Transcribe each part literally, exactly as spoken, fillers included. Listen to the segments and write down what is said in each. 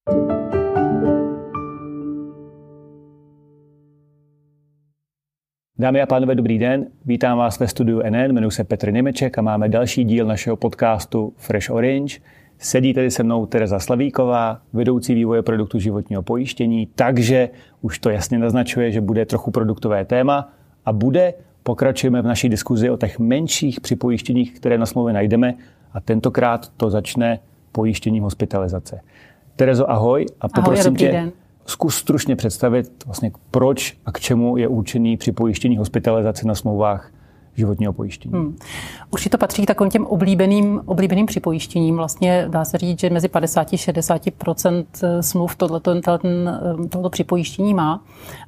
Dámy a pánové, dobrý den. Vítám vás ve studiu N N, jmenuji se Petr Němeček a máme další díl našeho podcastu Fresh Orange. Sedí tady se mnou Tereza Slavíková, vedoucí vývoje produktu životního pojištění, takže už to jasně naznačuje, že bude trochu produktové téma a bude. Pokračujeme v naší diskuzi o těch menších připojištěních, které na smlouvě najdeme a tentokrát to začne pojištěním hospitalizace. Terezo, ahoj a poprosím ahoj, tě, den. Zkus stručně představit, vlastně proč a k čemu je určený připojištění hospitalizace na smlouvách životního pojištění. Hmm. Určitě to patří k takovým těm oblíbeným, oblíbeným připojištěním. Vlastně dá se říct, že mezi padesát až šedesát procent smluv tohleto, tohleto připojištění má.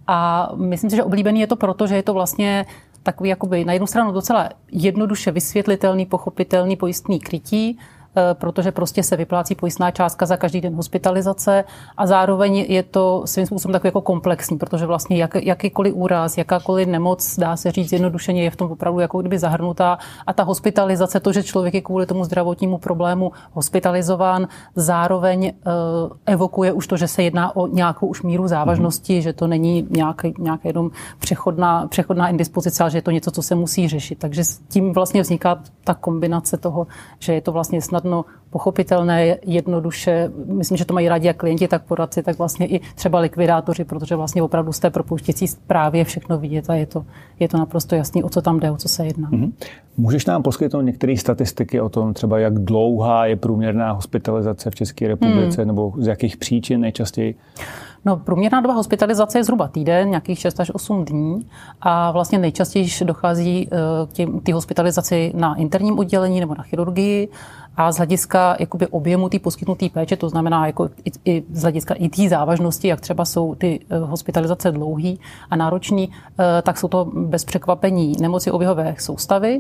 A myslím si, že oblíbený je to proto, že je to vlastně takový jakoby na jednu stranu docela jednoduše vysvětlitelný, pochopitelný pojistný krytí, protože prostě se vyplácí pojistná částka za každý den hospitalizace a zároveň je to svým způsobem takový jako komplexní, protože vlastně jak, jakýkoliv úraz, jakákoliv nemoc, dá se říct zjednodušeně, je v tom opravdu jako kdyby zahrnutá a ta hospitalizace, to, že člověk je kvůli tomu zdravotnímu problému hospitalizován, zároveň uh, evokuje už to, že se jedná o nějakou už míru závažnosti, mm-hmm. že to není nějaký, nějaká jenom přechodná, přechodná indispozice, ale že je to něco, co se musí řešit. Takže s tím vlastně vzniká ta kombinace toho, že je to vlastně snad No, pochopitelné, jednoduše. Myslím, že to mají rádi jak klienti, tak poradci, tak vlastně i třeba likvidátoři, protože vlastně opravdu z té propouštěcí zprávy je všechno vidět a je to, je to naprosto jasný, o co tam jde, o co se jedná. Mm-hmm. Můžeš nám poskytnout některé statistiky o tom, třeba jak dlouhá je průměrná hospitalizace v České republice, mm. nebo z jakých příčin nejčastěji? No, průměrná doba hospitalizace je zhruba týden, nějakých šest až osm dní a vlastně nejčastěji dochází k té hospitalizaci na interním oddělení nebo na chirurgii a z hlediska jakoby objemu té poskytnuté péče, to znamená jako i, i z hlediska i té závažnosti, jak třeba jsou ty hospitalizace dlouhý a náročný, tak jsou to bez překvapení nemoci oběhové soustavy.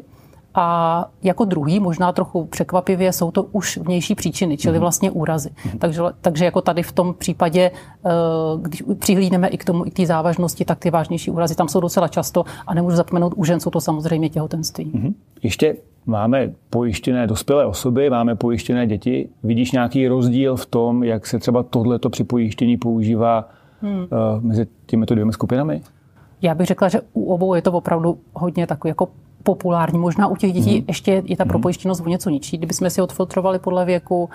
A jako druhý, možná trochu překvapivě, jsou to už vnější příčiny, čili vlastně úrazy. Mm-hmm. Takže, takže jako tady v tom případě, když přihlídneme i k tomu, i k té závažnosti, tak ty vážnější úrazy tam jsou docela často a nemůžu zapomenout, u žen jsou to samozřejmě těhotenství. Mm-hmm. Ještě máme pojištěné dospělé osoby, máme pojištěné děti. Vidíš nějaký rozdíl v tom, jak se třeba tohleto připojištění používá hmm. mezi těmito dvěma skupinami? Já bych řekla, že u obou je to opravdu hodně takový jako populární. Možná u těch dětí mm. ještě je ta propojištěnost o něco nižší, kdybychom si odfiltrovali podle věku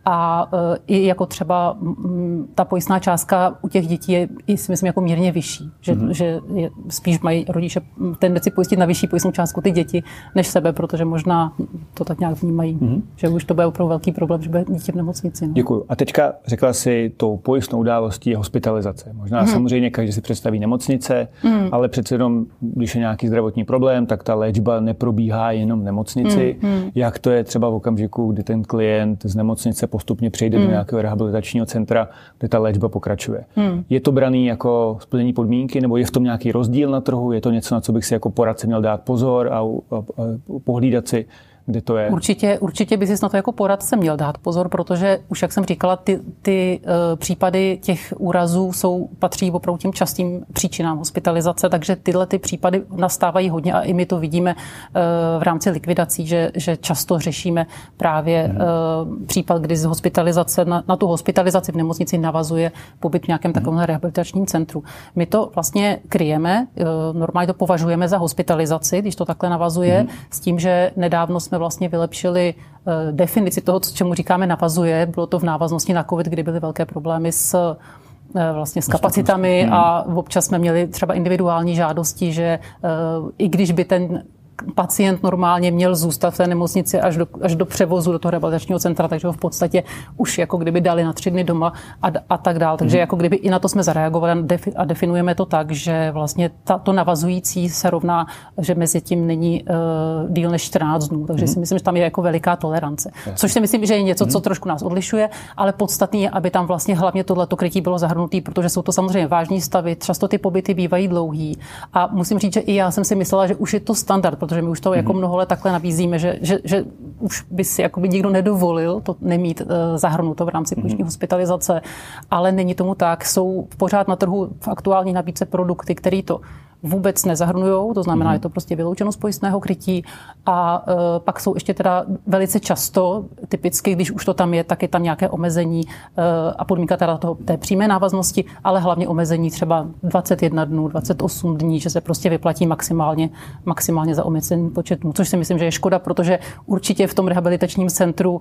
a e, i jako třeba m, ta pojistná částka u těch dětí je i si myslím jako mírně vyšší, že, mm. že je, spíš mají rodiče tendenci pojistit na vyšší pojistnou částku ty děti než sebe, protože možná to tak nějak vnímají, mm. že už to bude opravdu velký problém, že bude dítě v nemocnici. No. Děkuju. A teďka řekla si, tou pojistnou událostí je hospitalizace. Možná mm. samozřejmě každý si představí nemocnice, mm. ale přece jenom, když je nějaký zdravotní problém, tak ta léčba neprobíhá jenom v nemocnici. Mm, mm. Jak to je třeba v okamžiku, kdy ten klient z nemocnice postupně přejde mm. do nějakého rehabilitačního centra, kde ta léčba pokračuje. Mm. Je to braný jako splnění podmínky, nebo je v tom nějaký rozdíl na trhu? Je to něco, na co bych si jako poradce měl dát pozor a, a, a pohlídat si, kde to je? Určitě, určitě by si na to jako poradce měl dát pozor, protože už, jak jsem říkala, ty, ty uh, případy těch úrazů jsou, patří opravdu těm častým příčinám hospitalizace, takže tyhle ty případy nastávají hodně a i my to vidíme uh, v rámci likvidací, že, že často řešíme právě hmm. uh, případ, kdy z hospitalizace na, na tu hospitalizaci v nemocnici navazuje pobyt v nějakém hmm. takovém rehabilitačním centru. My to vlastně kryjeme, uh, normálně to považujeme za hospitalizaci, když to takhle navazuje, hmm. s tím, že nedávno jsme vlastně vylepšili uh, definici toho, čemu říkáme navazuje. Bylo to v návaznosti na COVID, kdy byly velké problémy s uh, vlastně s kapacitami hmm. a občas jsme měli třeba individuální žádosti, že uh, i když by ten pacient normálně měl zůstat v té nemocnici až do, až do převozu do toho rehabilitačního centra, takže ho v podstatě už jako kdyby dali na tři dny doma a, a tak dál. Takže mm. jako kdyby i na to jsme zareagovali a definujeme to tak, že vlastně ta, to navazující se rovná, že mezi tím není uh, díl než čtrnáct dnů. Takže mm. si myslím, že tam je jako veliká tolerance. Yes. Což si myslím, že je něco, co trošku nás odlišuje, ale podstatný je, aby tam vlastně hlavně tohleto krytí bylo zahrnuté, protože jsou to samozřejmě vážní stavy, často ty pobyty bývají dlouhý. A musím říct, že i já jsem si myslela, že už je to standard, protože my už to jako mnoho let takhle nabízíme, že, že, že už by si jakoby nikdo nedovolil to nemít uh, zahrnuto v rámci pojištění mm. hospitalizace, ale není tomu tak. Jsou pořád na trhu v aktuální nabídce produkty, které to vůbec nezahrnujou, to znamená, mm. je to prostě vyloučeno z pojistného krytí a uh, pak jsou ještě teda velice často, typicky, když už to tam je, tak je tam nějaké omezení uh, a podmínka teda toho, té přímé návaznosti, ale hlavně omezení třeba dvacet jedna dnů, dvacet osm dní, že se prostě vyplatí maximálně, maximálně za omezený počet dnů, což si myslím, že je škoda, protože určitě v tom rehabilitačním centru, uh,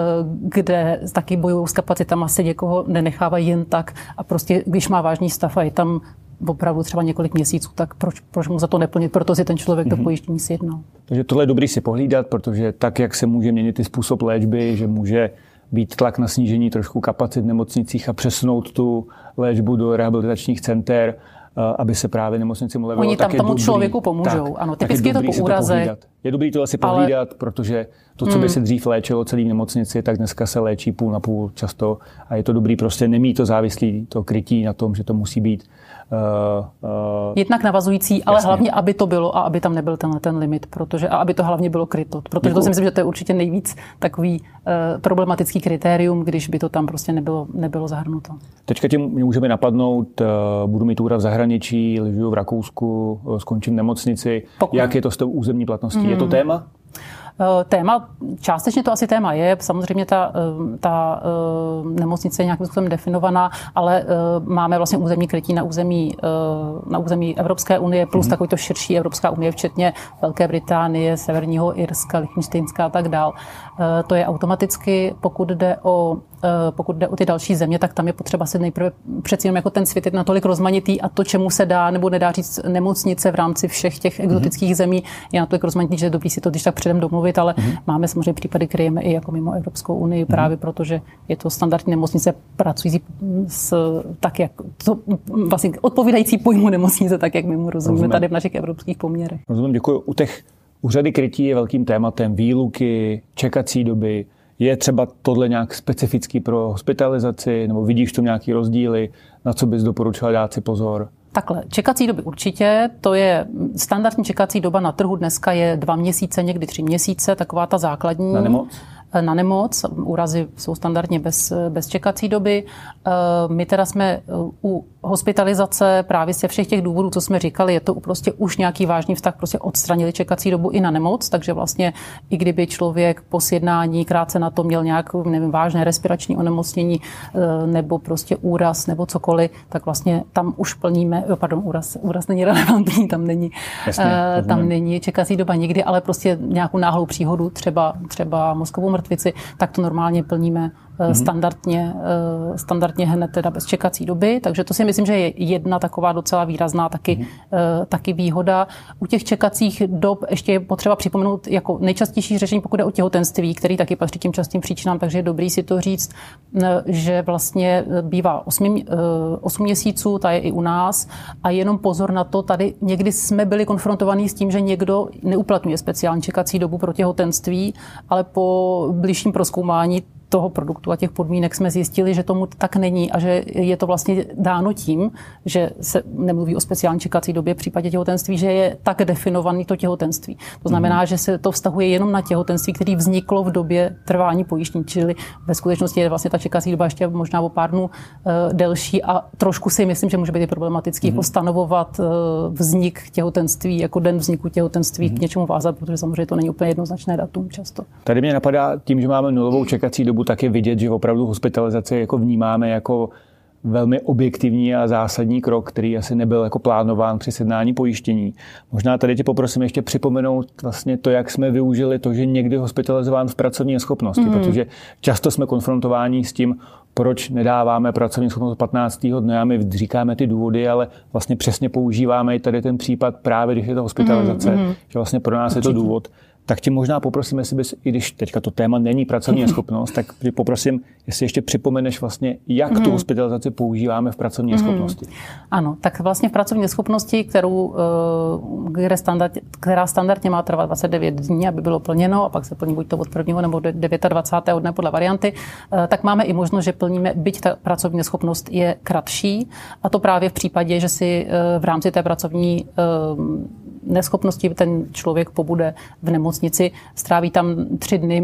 kde taky bojují s kapacitama, se někoho nenechávají jen tak a prostě, když má vážný stav a je tam opravdu třeba několik měsíců, tak proč, proč mu za to neplnit, proto si ten člověk mm-hmm. to pojištění sjednal. Takže tohle je dobrý si pohlídat, protože tak, jak se může měnit i způsob léčby, že může být tlak na snížení trošku kapacit v nemocnicích a přesunout tu léčbu do rehabilitačních center, aby se právě nemocnici ulevilo. Oni tam tomu dobrý, člověku pomůžou. Tak, ano, typicky je to po úraze. Je dobrý to asi pohlídat, ale... protože to, co by se dřív léčilo celý v nemocnici, tak dneska se léčí půl na půl často a je to dobrý prostě nemít to závislý, to krytí na tom, že to musí být Uh, uh, jednak navazující, ale jasně. hlavně, aby to bylo a aby tam nebyl tenhle ten limit, protože a aby to hlavně bylo kryto. Protože Děkuju. To si myslím, že to je určitě nejvíc takový uh, problematický kritérium, když by to tam prostě nebylo, nebylo zahrnuto. Teďka tím můžeme napadnout, uh, budu mít úraz v zahraničí, lyžuju v Rakousku, uh, skončím v nemocnici. Pokud... Jak je to s tou územní platností? Mm. Je to téma? Téma, částečně to asi téma je, samozřejmě ta, ta nemocnice je nějakým způsobem definovaná, ale máme vlastně územní krytí na území, na území Evropské unie plus mm. takový to širší Evropská unie, včetně Velké Británie, Severního Irska, Lichtenštejnska a tak dál. To je automaticky, pokud jde o pokud jde o ty další země, tak tam je potřeba si nejprve přeci jenom jako ten svět je natolik rozmanitý a to, čemu se dá nebo nedá říct nemocnice v rámci všech těch exotických mm. zemí, je natolik rozmanitý, že je dobrý si to když tak předem domluvit, ale mm. máme samozřejmě případy, kryjeme i jako mimo Evropskou unii, mm. právě protože je to standardní nemocnice pracující s tak, jak to vlastně odpovídající pojmu nemocnice, tak jak my mu rozumíme Rozumím. Tady v našich evropských poměrech. Rozumím, děkuji. U těch u řady krytí je velkým tématem výluky, čekací doby. Je třeba tohle nějak specifický pro hospitalizaci, nebo vidíš tu nějaký rozdíly, na co bys doporučila dát si pozor? Takhle, čekací doby určitě, to je standardní čekací doba na trhu dneska je dva měsíce, někdy tři měsíce, taková ta základní. Na nemoc? Na nemoc, úrazy jsou standardně bez, bez čekací doby. My teda jsme u hospitalizace právě ze všech těch důvodů, co jsme říkali, je to prostě už nějaký vážný vztah, prostě odstranili čekací dobu i na nemoc, takže vlastně i kdyby člověk po sjednání krátce na to měl nějak, nevím, vážné respirační onemocnění nebo prostě úraz nebo cokoliv, tak vlastně tam už plníme, pardon, úraz, úraz není relevantní, tam není, Jasně, tam není čekací doba nikdy, ale prostě nějakou náhlou příhodu, třeba, třeba mozkovou mrtvici, tak to normálně plníme mm-hmm. standardně, standardně hned teda bez čekací doby, takže to si myslím, že je jedna taková docela výrazná taky, mm-hmm. taky výhoda. U těch čekacích dob ještě je potřeba připomenout jako nejčastější řešení, pokud je o těhotenství, který taky patří tím častým příčinám, takže je dobrý si to říct, že vlastně bývá osm měsíců, ta je i u nás a jenom pozor na to, tady někdy jsme byli konfrontovaní s tím, že někdo neuplatňuje speciální čekací dobu pro těhotenství, ale po bližším prozkoumání toho produktu a těch podmínek jsme zjistili, že tomu tak není a že je to vlastně dáno tím, že se nemluví o speciální čekací době v případě těhotenství, že je tak definovaný to těhotenství. To znamená, mm. že se to vztahuje jenom na těhotenství, které vzniklo v době trvání pojištění, čili ve skutečnosti je vlastně ta čekací doba ještě možná o pár dnů uh, delší a trošku si myslím, že může být problematický mm. jako stanovovat uh, vznik těhotenství, jako den vzniku těhotenství mm. k něčemu vázat, protože samozřejmě to není úplně jednoznačné datum často. Tady mě napadá tím, že máme nulovou čekací dobu, tak je vidět, že opravdu hospitalizaci jako vnímáme jako velmi objektivní a zásadní krok, který asi nebyl jako plánován při sjednání pojištění. Možná tady tě poprosím ještě připomenout vlastně to, jak jsme využili to, že někdy hospitalizován v pracovní neschopnosti, mm. protože často jsme konfrontováni s tím, proč nedáváme pracovní schopnost patnáctého dne a my říkáme ty důvody, ale vlastně přesně používáme i tady ten případ právě, když je to hospitalizace, mm. že vlastně pro nás Určitě. Je to důvod. Tak tě možná poprosím, jestli bys, i když teďka to téma není pracovní neschopnost, tak poprosím, jestli ještě připomeneš vlastně, jak mm. tu hospitalizaci používáme v pracovní neschopnosti. Mm. Ano, tak vlastně v pracovní neschopnosti, kterou, která, standard, která standardně má trvat dvacet devět dní, aby bylo plněno, a pak se plní buď to od prvního nebo dvacátého devátého dne podle varianty, tak máme i možnost, že plníme, byť ta pracovní neschopnost je kratší, a to právě v případě, že si v rámci té pracovní neschopnosti ten člověk pobude v nemocnici, stráví tam tři dny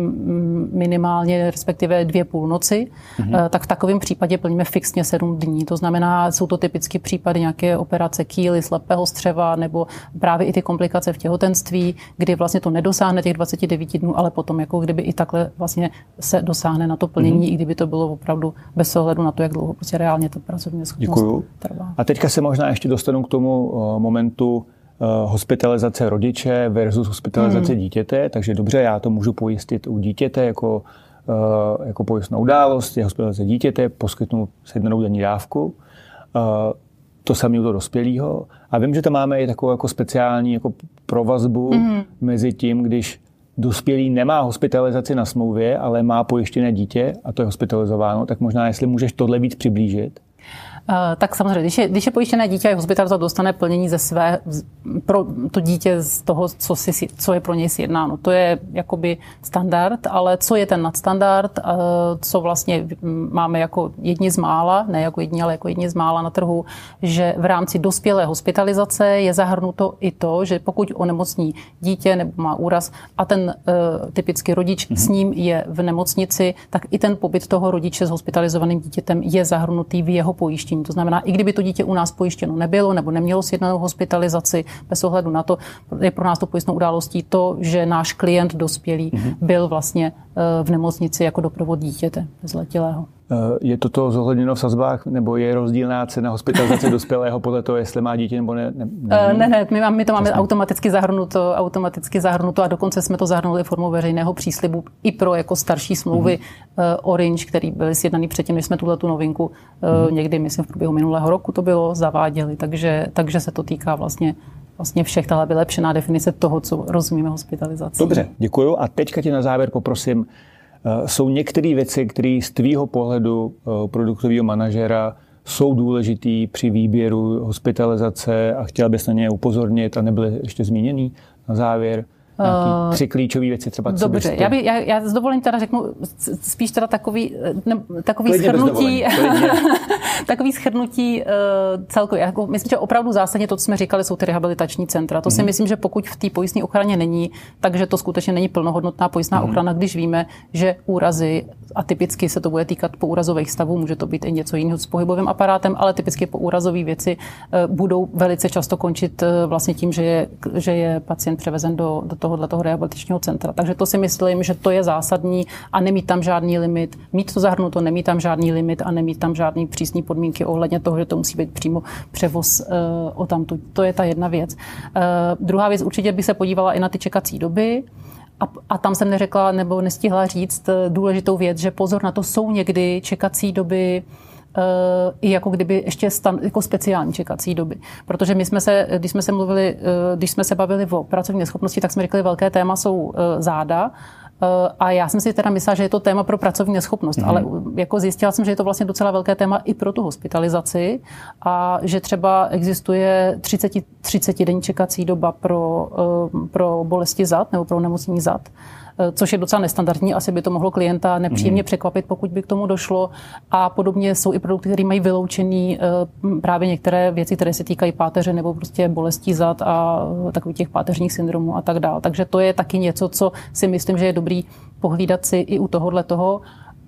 minimálně, respektive dvě půlnoci, mm-hmm. tak v takovém případě plníme fixně sedm dní. To znamená, jsou to typicky případy nějaké operace kýly, slepého střeva nebo právě i ty komplikace v těhotenství, kdy vlastně to nedosáhne těch dvacet devět dnů, ale potom jako kdyby i takhle vlastně se dosáhne na to plnění, mm-hmm. i kdyby to bylo opravdu bez ohledu na to, jak dlouho prostě reálně ta pracovní schopnost trvá. A teďka se možná ještě dostanu k tomu uh, momentu uh, hospitalizace rodiče versus hospitalizace mm. dítěte, takže dobře, já to můžu pojistit u dítěte jako, uh, jako pojistnou událost, je hospitalizace dítěte, poskytnu sedmdenní denní dávku, uh, to samé u toho dospělého. A vím, že tam máme i takovou jako speciální jako provazbu mm. mezi tím, když dospělý nemá hospitalizaci na smlouvě, ale má pojištěné dítě a to je hospitalizováno, tak možná, jestli můžeš tohle víc přiblížit. Uh, tak samozřejmě, když je, když je pojištěné dítě a je hospitalizovat, dostane plnění ze své, pro to dítě z toho, co, si, co je pro něj sjednáno. To je jakoby standard, ale co je ten nadstandard, uh, co vlastně máme jako jedni z mála, ne jako jedni, ale jako jedni z mála na trhu, že v rámci dospělé hospitalizace je zahrnuto i to, že pokud onemocní dítě nebo má úraz a ten uh, typický rodič mm-hmm. s ním je v nemocnici, tak i ten pobyt toho rodiče s hospitalizovaným dítětem je zahrnutý v jeho pojištění. To znamená, i kdyby to dítě u nás pojištěno nebylo nebo nemělo sjednanou hospitalizaci, bez ohledu na to, je pro nás to pojistnou událostí to, že náš klient dospělý mm-hmm. byl vlastně v nemocnici jako doprovod dítěte bezletilého. Je toto zohledněno v sazbách, nebo je rozdílná cena hospitalizace dospělého podle toho, jestli má dítě nebo ne? Ne, ne, ne, ne my, my to máme Přesně. automaticky zahrnuto, automaticky zahrnuto a dokonce jsme to zahrnuli formou veřejného příslibu i pro jako starší smlouvy mm-hmm. uh, Orange, který byly sjednaný předtím, než jsme tuhletu novinku uh, mm-hmm. někdy, myslím, v průběhu minulého roku to bylo, zaváděli, takže, takže se to týká vlastně vlastně všech, tahle vylepšená definice toho, co rozumíme hospitalizací. Dobře, děkuju. A teďka tě na závěr poprosím, jsou některé věci, které z tvýho pohledu produktového manažera jsou důležitý při výběru hospitalizace a chtěla bys na ně upozornit a nebyly ještě zmíněný na závěr? Nějaký tři klíčové věci třeba. Dobře, já, by, já, já s dovolením teda řeknu spíš teda takový, ne, takový shrnutí, takový shrnutí uh, celkově. Jako, myslím, že opravdu zásadně to, co jsme říkali, jsou ty rehabilitační centra. To mm-hmm. si myslím, že pokud v té pojistné ochraně není, takže to skutečně není plnohodnotná pojistná mm-hmm. ochrana, když víme, že úrazy, a typicky se to bude týkat poúrazových stavů, může to být i něco jiného s pohybovým aparátem, ale typicky poúrazové věci uh, budou velice často končit uh, vlastně tím, že je, že je pacient převezen do, do toho tohohle toho rehabilitačního centra. Takže to si myslím, že to je zásadní a nemít tam žádný limit. Mít to zahrnuto, nemít tam žádný limit a nemít tam žádný přísný podmínky ohledně toho, že to musí být přímo převoz uh, o tamtu. To je ta jedna věc. Uh, druhá věc, určitě bych se podívala i na ty čekací doby. A, a tam jsem neřekla nebo nestihla říct důležitou věc, že pozor na to, jsou někdy čekací doby i jako kdyby ještě stan, jako speciální čekací doby. Protože my jsme se, když jsme se mluvili, když jsme se bavili o pracovní neschopnosti, tak jsme řekli, velké téma jsou záda. A já jsem si teda myslela, že je to téma pro pracovní neschopnost, mm. ale jako zjistila jsem, že je to vlastně docela velké téma i pro tu hospitalizaci a že třeba existuje třicet denní čekací doba pro, pro bolesti zad nebo pro onemocnění zad, což je docela nestandardní, asi by to mohlo klienta nepříjemně mm. překvapit, pokud by k tomu došlo. A podobně jsou i produkty, které mají vyloučený právě některé věci, které se týkají páteře nebo prostě bolestí zad a takových těch páteřních syndromů a tak dále. Takže to je taky něco, co si myslím, že je dobrý pohlídat si i u tohohle toho.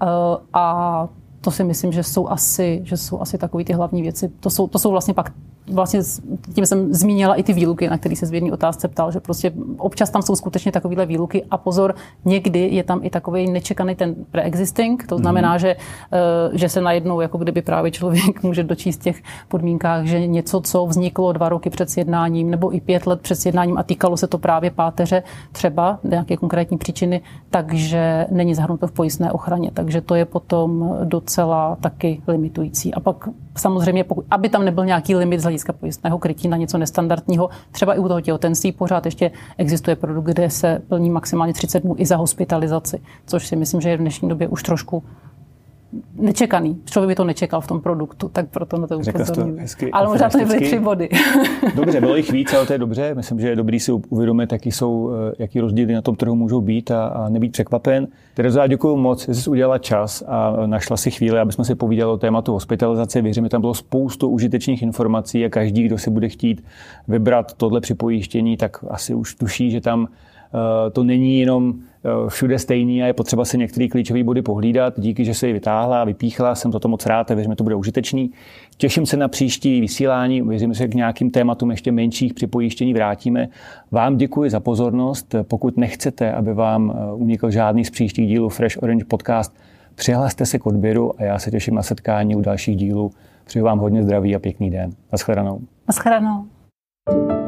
A to si myslím, že jsou asi, že jsou asi takové ty hlavní věci. To jsou, to jsou vlastně pak Vlastně tím jsem zmínila i ty výluky, na který se v jedné otázce ptal, že prostě občas tam jsou skutečně takovéhle výluky a pozor, někdy je tam i takový nečekaný ten pre-existing, to znamená, mm. že, že se najednou jako kdyby právě člověk může dočíst v těch podmínkách, že něco, co vzniklo dva roky před sjednáním nebo i pět let před sjednáním a týkalo se to právě páteře, třeba nějaké konkrétní příčiny, takže není zahrnuto v pojistné ochraně, takže to je potom docela taky limitující. A pak samozřejmě, pokud, aby tam nebyl nějaký limit z hlediska pojistného krytí na něco nestandardního, třeba i u toho těhotenství pořád ještě existuje produkt, kde se plní maximálně třicet dnů i za hospitalizaci, což si myslím, že je v dnešní době už trošku nečekaný. Člověk by to nečekal v tom produktu, tak proto na to upozorňuji. Ale možná to nebyly tři body. Dobře, bylo jich víc, ale to je dobře. Myslím, že je dobrý si uvědomit, jaký jsou, jaký rozdíly na tom trhu můžou být a, a nebýt překvapen. Terezo, já děkuju moc, že jsi udělala čas a našla si chvíli, aby jsme si povídali o tématu hospitalizace. Věřím, že tam bylo spoustu užitečných informací a každý, kdo si bude chtít vybrat tohle připojištění, tak asi už tuší, že tam to není jenom všude stejný a je potřeba si některé klíčové body pohlídat. Díky, že se ji vytáhla a vypíchla, jsem za to moc rád a věřím, že to bude užitečný. Těším se na příští vysílání, věřím, že se k nějakým tématům ještě menších připojištění vrátíme. Vám děkuji za pozornost. Pokud nechcete, aby vám unikl žádný z příštích dílů Fresh Orange Podcast, přihlaste se k odběru a já se těším na setkání u dalších dílů. Přeju vám hodně zdraví a pěkný den. Naschledanou. Naschledanou.